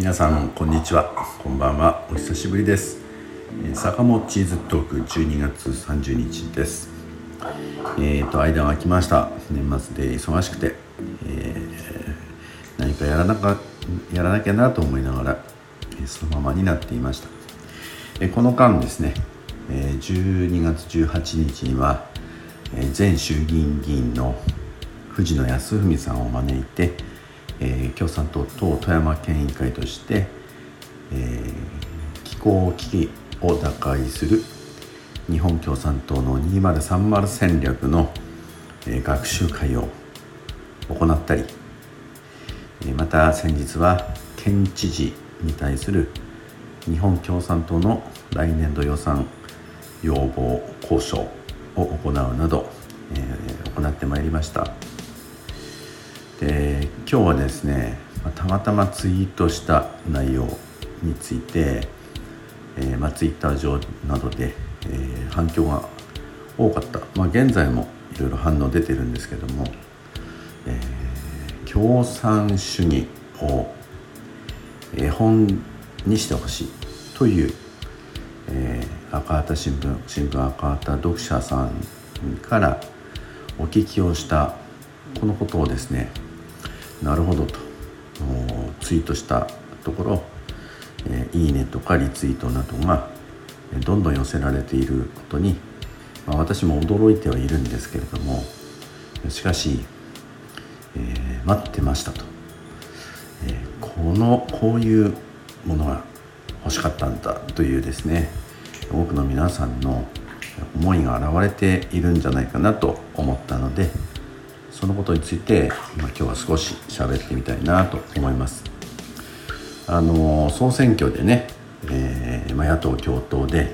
皆さんこんにちは、こんばんは。お久しぶりです。坂本チーズトーク12月30日です。間が空きました。年末で忙しくて、何かやらなきゃなと思いながら、そのままになっていました。この間ですね、12月18日には、前衆議院議員の藤野康文さんを招いて、共産党と富山県委員会として、気候危機を打開する日本共産党の2030戦略の、学習会を行ったり、また先日は県知事に対する日本共産党の来年度予算要望交渉を行うなど、行ってまいりました。で、今日はですね、たまたまツイートした内容について、ツイッター上などで、反響が多かった。現在もいろいろ反応出てるんですけども、共産主義を絵本にしてほしいという、赤旗新聞赤旗読者さんからお聞きをしたこのことをですね、なるほどとツイートしたところ、いいねとかリツイートなどがどんどん寄せられていることに、私も驚いてはいるんですけれども、しかし、待ってましたと、こういうものが欲しかったんだというですね、多くの皆さんの思いが現れているんじゃないかなと思ったので、そのことについて、今日は少し喋ってみたいなと思います。総選挙でね、野党共闘で、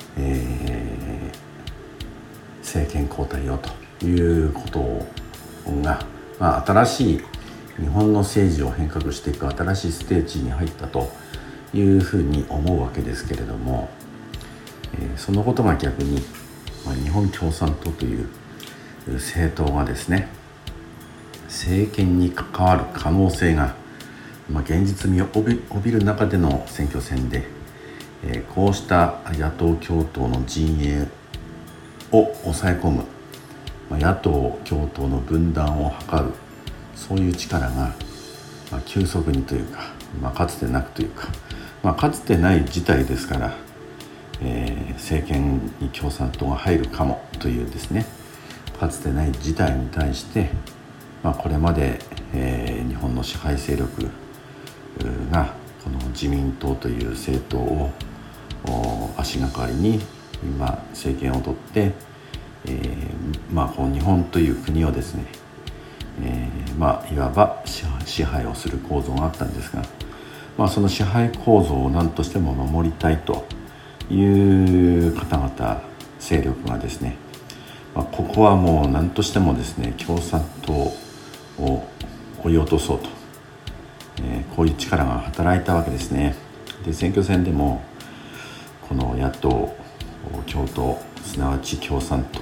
政権交代をということが、新しい日本の政治を変革していく新しいステージに入ったというふうに思うわけですけれども、そのことが逆に、日本共産党という政党がですね、政権に関わる可能性が、現実味を帯びる中での選挙戦で、こうした野党共闘の陣営を抑え込む、野党共闘の分断を図る、そういう力が、急速にというか、かつてなくというか、かつてない事態ですから、政権に共産党が入るかもというですね、かつてない事態に対して、これまで、日本の支配勢力がこの自民党という政党を足がかりに今政権を取って、この日本という国をですね、いわば支配をする構造があったんですが、その支配構造を何としても守りたいという方々勢力がですね、ここはもう何としてもですね、共産党を追い落とそうと、こういう力が働いたわけですね。で、選挙戦でもこの野党共闘、すなわち共産党、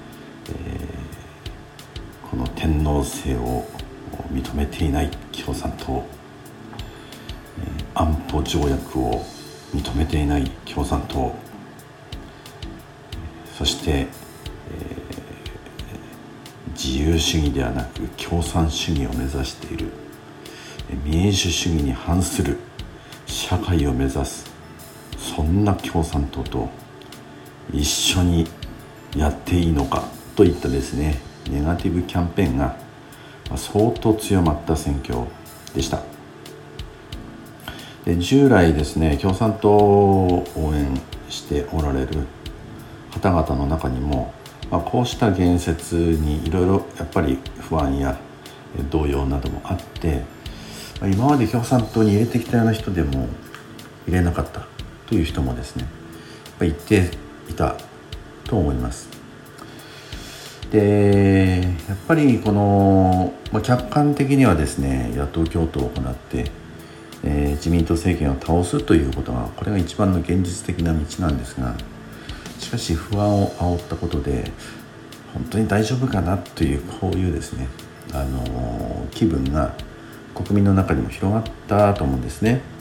この天皇制を認めていない共産党、安保条約を認めていない共産党、そして、自由主義ではなく共産主義を目指している、民主主義に反する社会を目指す、そんな共産党と一緒にやっていいのかといったですね、ネガティブキャンペーンが相当強まった選挙でした。で、従来ですね、共産党を応援しておられる方々の中にも、こうした言説にいろいろやっぱり不安や動揺などもあって、今まで共産党に入れてきたような人でも入れなかったという人もですね、言っていたと思います。で、やっぱりこの、客観的にはですね、野党共闘を行って、自民党政権を倒すということが、これが一番の現実的な道なんですが、しかし不安を煽ったことで本当に大丈夫かなという、こういうですね、気分が国民の中にも広がったと思うんですね。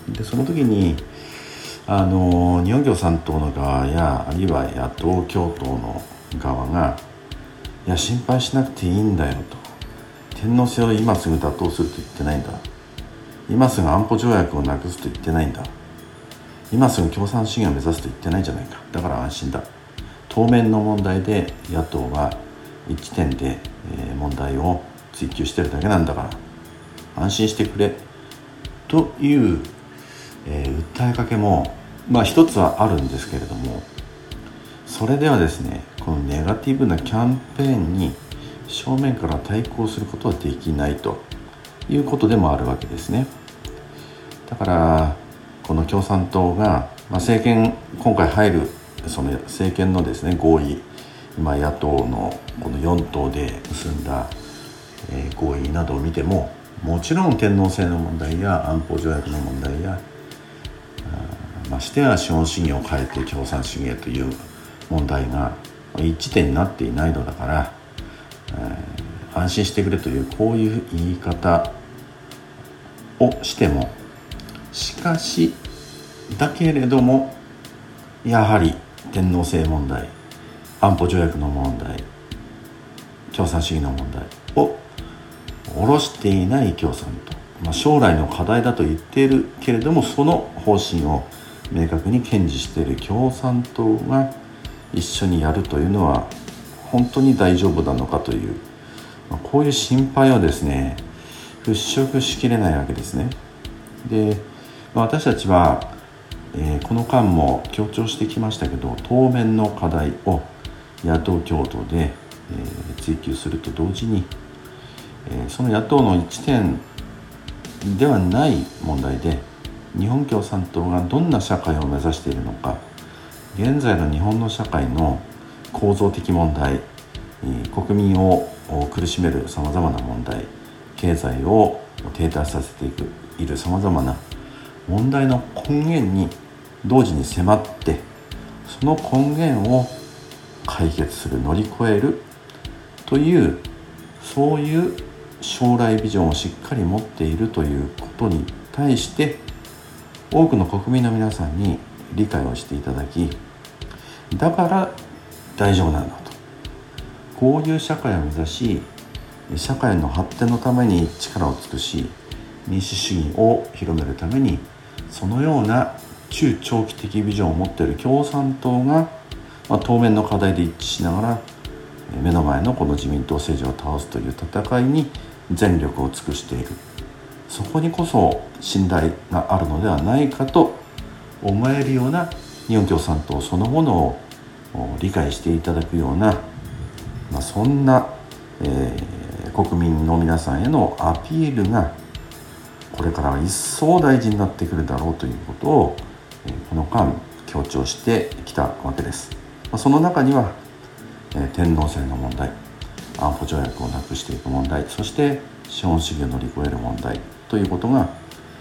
でその時に日本共産党の側やあるいは野党共闘の側がいや心配しなくていいんだよと、天皇制を今すぐ打倒すると言ってないんだ、今すぐ安保条約をなくすと言ってないんだ、今すぐ共産主義を目指すと言ってないじゃないか、だから安心だ、当面の問題で野党は一点で問題を追及してるだけなんだから安心してくれという訴えかけも一つはあるんですけれども、それではですね、このネガティブなキャンペーンに正面から対抗することはできないということでもあるわけですね。だからこの共産党が、政権今回入るその政権のですね合意、今野党のこの4党で結んだ合意などを見ても、もちろん天皇制の問題や安保条約の問題やましてや資本主義を変えて共産主義へという問題が一点になっていないのだから、安心してくれというこういう言い方をしても、しかしだけれどもやはり天皇制問題、安保条約の問題、共産主義の問題を下ろしていない共産党、将来の課題だと言っているけれども、その方針を明確に堅持している共産党が一緒にやるというのは本当に大丈夫なのかという、こういう心配をですね払拭しきれないわけですね。で、私たちは、この間も強調してきましたけど、当面の課題を野党共闘で、追及すると同時に、その野党の一点ではない問題で、日本共産党がどんな社会を目指しているのか、現在の日本の社会の構造的問題、国民を苦しめるさまざまな問題、経済を停滞させているさまざまな問題の根源に同時に迫って、その根源を解決する、乗り越えるという、そういう将来ビジョンをしっかり持っているということに対して多くの国民の皆さんに理解をしていただき、だから大丈夫なんだと、こういう社会を目指し、社会の発展のために力を尽くし、民主主義を広めるためにそのような中長期的ビジョンを持っている共産党が、当面の課題で一致しながら目の前のこの自民党政治を倒すという戦いに全力を尽くしている、そこにこそ信頼があるのではないかと思えるような日本共産党そのものを理解していただくような、そんな、国民の皆さんへのアピールがこれからは一層大事になってくるだろうということを、この間強調してきたわけです。その中には、天皇制の問題、安保条約をなくしていく問題、そして資本主義を乗り越える問題ということが、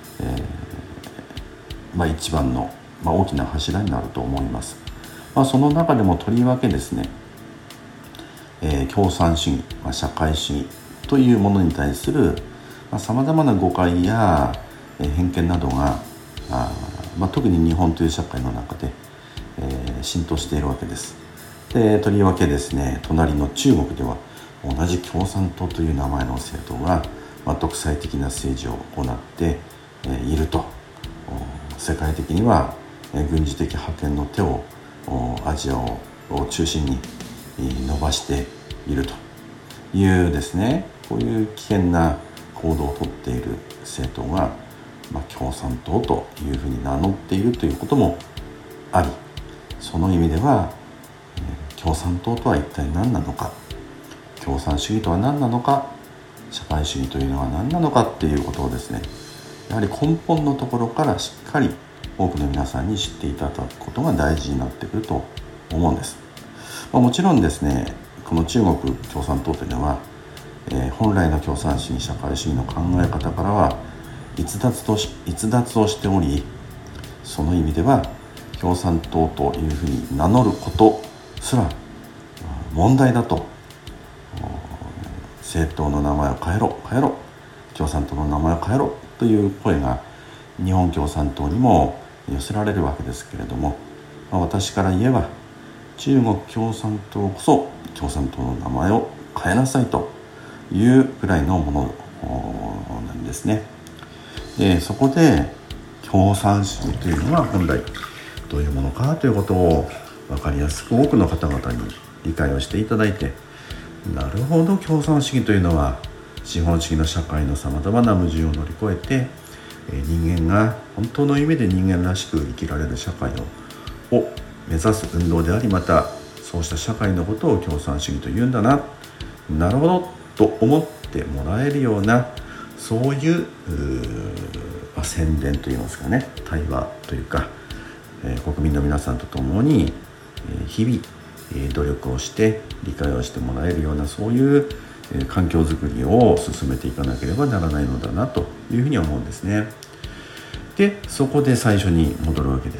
一番の、大きな柱になると思います。その中でもとりわけですね、共産主義、社会主義というものに対するさまざまな誤解や偏見などが特に日本という社会の中で、浸透しているわけです。で、とりわけですね、隣の中国では同じ共産党という名前の政党が、独裁的な政治を行っていると、世界的には軍事的覇権の手をアジアを中心に伸ばしているというですね、こういう危険な行動をとっている政党が、共産党というふうに名乗っているということもあり、その意味では、共産党とは一体何なのか、共産主義とは何なのか、社会主義というのは何なのかっていうことをですね、やはり根本のところからしっかり多くの皆さんに知っていただくことが大事になってくると思うんです。もちろんですね、この中国共産党というのは、本来の共産主義社会主義の考え方からは逸脱をしており、その意味では共産党というふうに名乗ることすら問題だと、政党の名前を変えろ、共産党の名前を変えろという声が日本共産党にも寄せられるわけですけれども、私から言えば中国共産党こそ共産党の名前を変えなさいというくらいのものなんですね。でそこで共産主義というのは本来どういうものかということを分かりやすく多くの方々に理解をしていただいて、なるほど、共産主義というのは資本主義の社会のさまざまな矛盾を乗り越えて、人間が本当の意味で人間らしく生きられる社会を目指す運動であり、またそうした社会のことを共産主義というんだな、なるほどと思ってもらえるような、そういう宣伝といいますかね、対話というか、国民の皆さんと共に日々努力をして理解をしてもらえるような、そういう環境づくりを進めていかなければならないのだなというふうに思うんですね。でそこで最初に戻るわけです。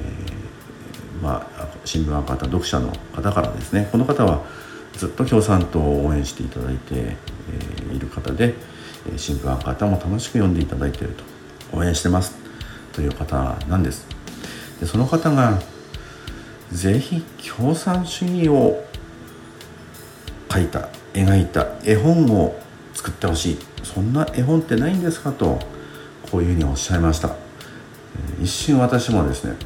新聞赤旗読者の方からですね、この方はずっと共産党を応援していただいている方で、新聞赤旗も楽しく読んでいただいていると、応援してますという方なんです。でその方がぜひ共産主義を描いた絵本を作ってほしい、そんな絵本ってないんですかと、こういうふうにおっしゃいました。一瞬私もですね、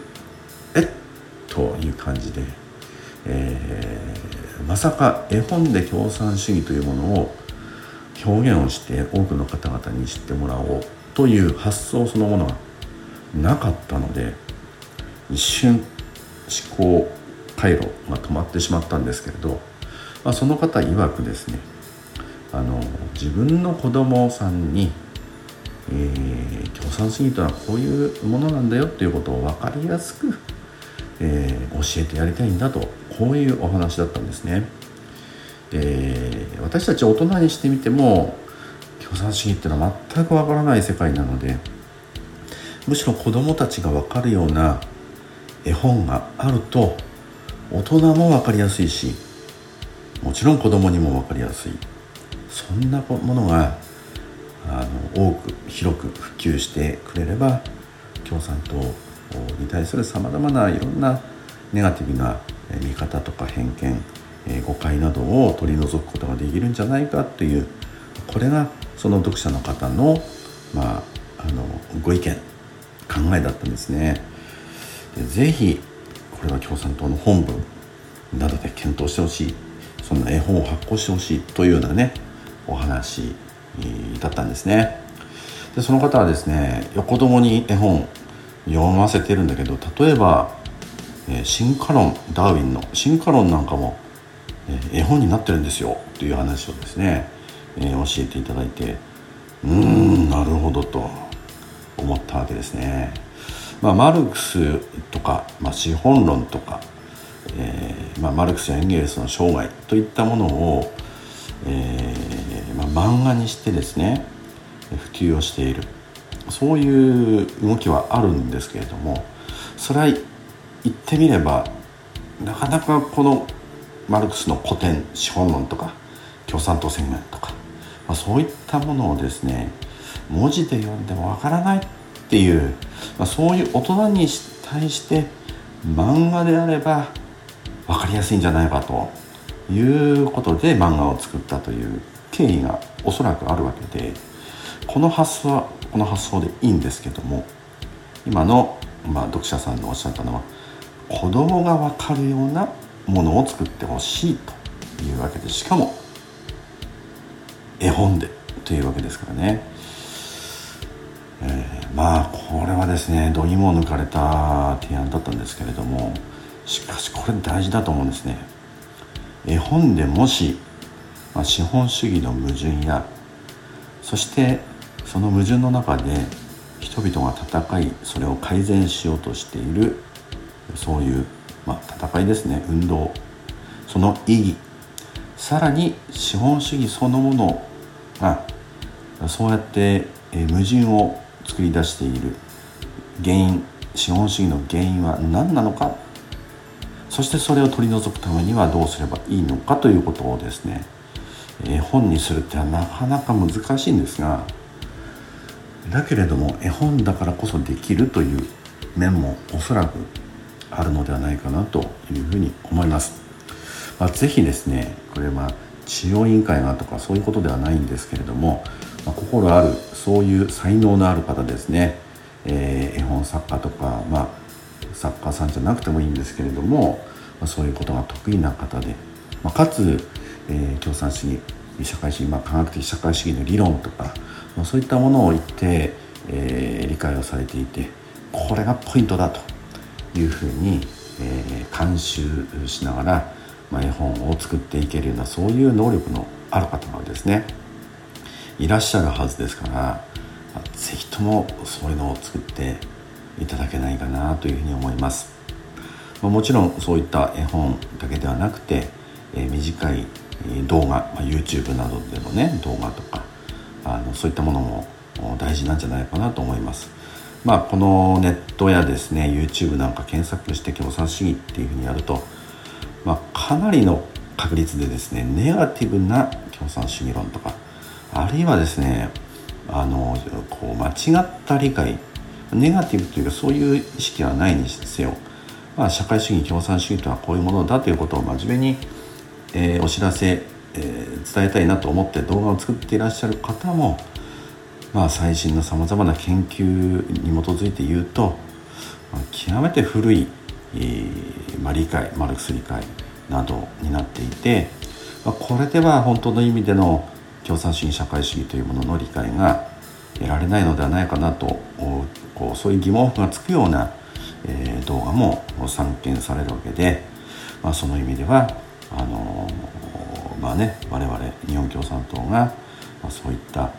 という感じで、まさか絵本で共産主義というものを表現をして多くの方々に知ってもらおうという発想そのものがなかったので、一瞬思考回路が止まってしまったんですけれど、その方曰くですね、自分の子供さんに、共産主義とはこういうものなんだよということを分かりやすく、教えてやりたいんだと、こういうお話だったんですね。私たち大人にしてみても共産主義っていうのは全く分からない世界なので、むしろ子どもたちが分かるような絵本があると大人も分かりやすいし、もちろん子どもにも分かりやすい、そんなものが多く広く普及してくれれば、共産党に対するさまざまないろんなネガティブな見方とか偏見、誤解などを取り除くことができるんじゃないかという、これがその読者の方の、ご意見考えだったんですね。でぜひこれは共産党の本部などで検討してほしい、そんな絵本を発行してほしいというようなねお話だったんですね。でその方はですね、子供に絵本読ませてるんだけど、例えば進化論、ダーウィンの進化論なんかも絵本になってるんですよという話をですね、教えていただいて、なるほどと思ったわけですね。マルクスとか、資本論とか、マルクスやエンゲルスの生涯といったものを、漫画にしてですね普及をしている、そういう動きはあるんですけれども、それは言ってみればなかなかこのマルクスの古典資本論とか共産党宣言とか、そういったものをですね文字で読んでもわからないっていう、そういう大人に対して漫画であればわかりやすいんじゃないかということで漫画を作ったという経緯がおそらくあるわけで、この発想はこの発想でいいんですけども、今の、読者さんのおっしゃったのは子供が分かるようなものを作ってほしいというわけで、しかも絵本でというわけですからね。これはですね度肝を抜かれた提案だったんですけれども、しかしこれ大事だと思うんですね。絵本でもし、資本主義の矛盾や、そしてその矛盾の中で人々が戦い、それを改善しようとしているそういう、戦いですね、運動、その意義、さらに資本主義そのものがそうやって矛盾を作り出している原因、資本主義の原因は何なのか、そしてそれを取り除くためにはどうすればいいのかということをですね、本にするってのはなかなか難しいんですが、 だけれども絵本だからこそできるという面もおそらくあるのではないかなというふうに思います。ぜひですね、これ治療委員会がとかそういうことではないんですけれども、心あるそういう才能のある方ですね、絵本作家とか、作家さんじゃなくてもいいんですけれども、そういうことが得意な方で、かつ、共産主義社会主義、科学的社会主義の理論とか、そういったものを言って、理解をされていて、これがポイントだというふうに、監修しながら、絵本を作っていけるようなそういう能力のある方がですねいらっしゃるはずですから、ぜひともそういうのを作っていただけないかなというふうに思います。もちろんそういった絵本だけではなくて、短い動画、YouTube などでのね動画とかそういったものも大事なんじゃないかなと思います。このネットやですね YouTube なんか検索して共産主義っていうふうにやると、かなりの確率でですねネガティブな共産主義論とか、あるいはですね間違った理解、ネガティブというかそういう意識はないにせよ、社会主義共産主義とはこういうものだということを真面目に、お知らせ、伝えたいなと思って動画を作っていらっしゃる方も、最新のさまざまな研究に基づいて言うと、極めて古い理解、マルクス理解などになっていて、これでは本当の意味での共産主義社会主義というものの理解が得られないのではないかなと、そういう疑問符がつくような、動画も散見されるわけで、その意味では我々日本共産党が、そういった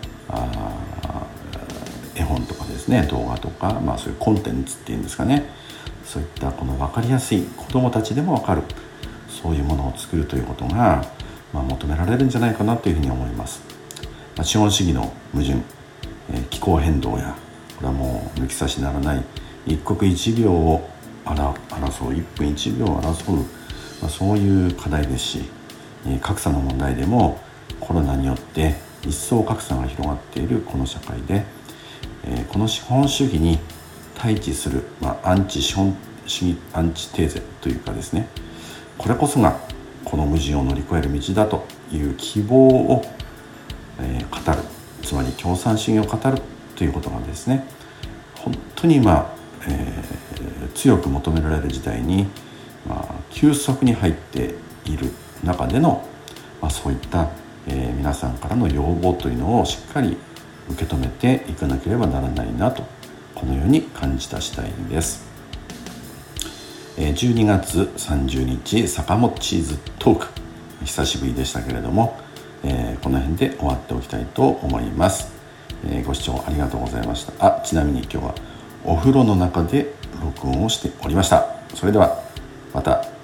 絵本とかですね動画とか、そういうコンテンツっていうんですかね、そういったこの分かりやすい子どもたちでも分かるそういうものを作るということが、求められるんじゃないかなというふうに思います。資本主義の矛盾、気候変動や、これはもう抜き差しならない一刻一秒を争う、一分一秒を争う、そういう課題ですし、格差の問題でもコロナによって一層格差が広がっているこの社会で、この資本主義に対峙する、アンチ資本主義アンチテーゼというかですね、これこそがこの矛盾を乗り越える道だという希望を、語る、つまり共産主義を語るということがですね、本当に強く求められる時代に、急速に入っている中での、そういった、皆さんからの要望というのをしっかり受け止めていかなければならないなと、このように感じた次第です。12月30日坂本チーズトーク、久しぶりでしたけれども、この辺で終わっておきたいと思います。ご視聴ありがとうございました。ちなみに今日はお風呂の中で録音をしておりました。それではまた。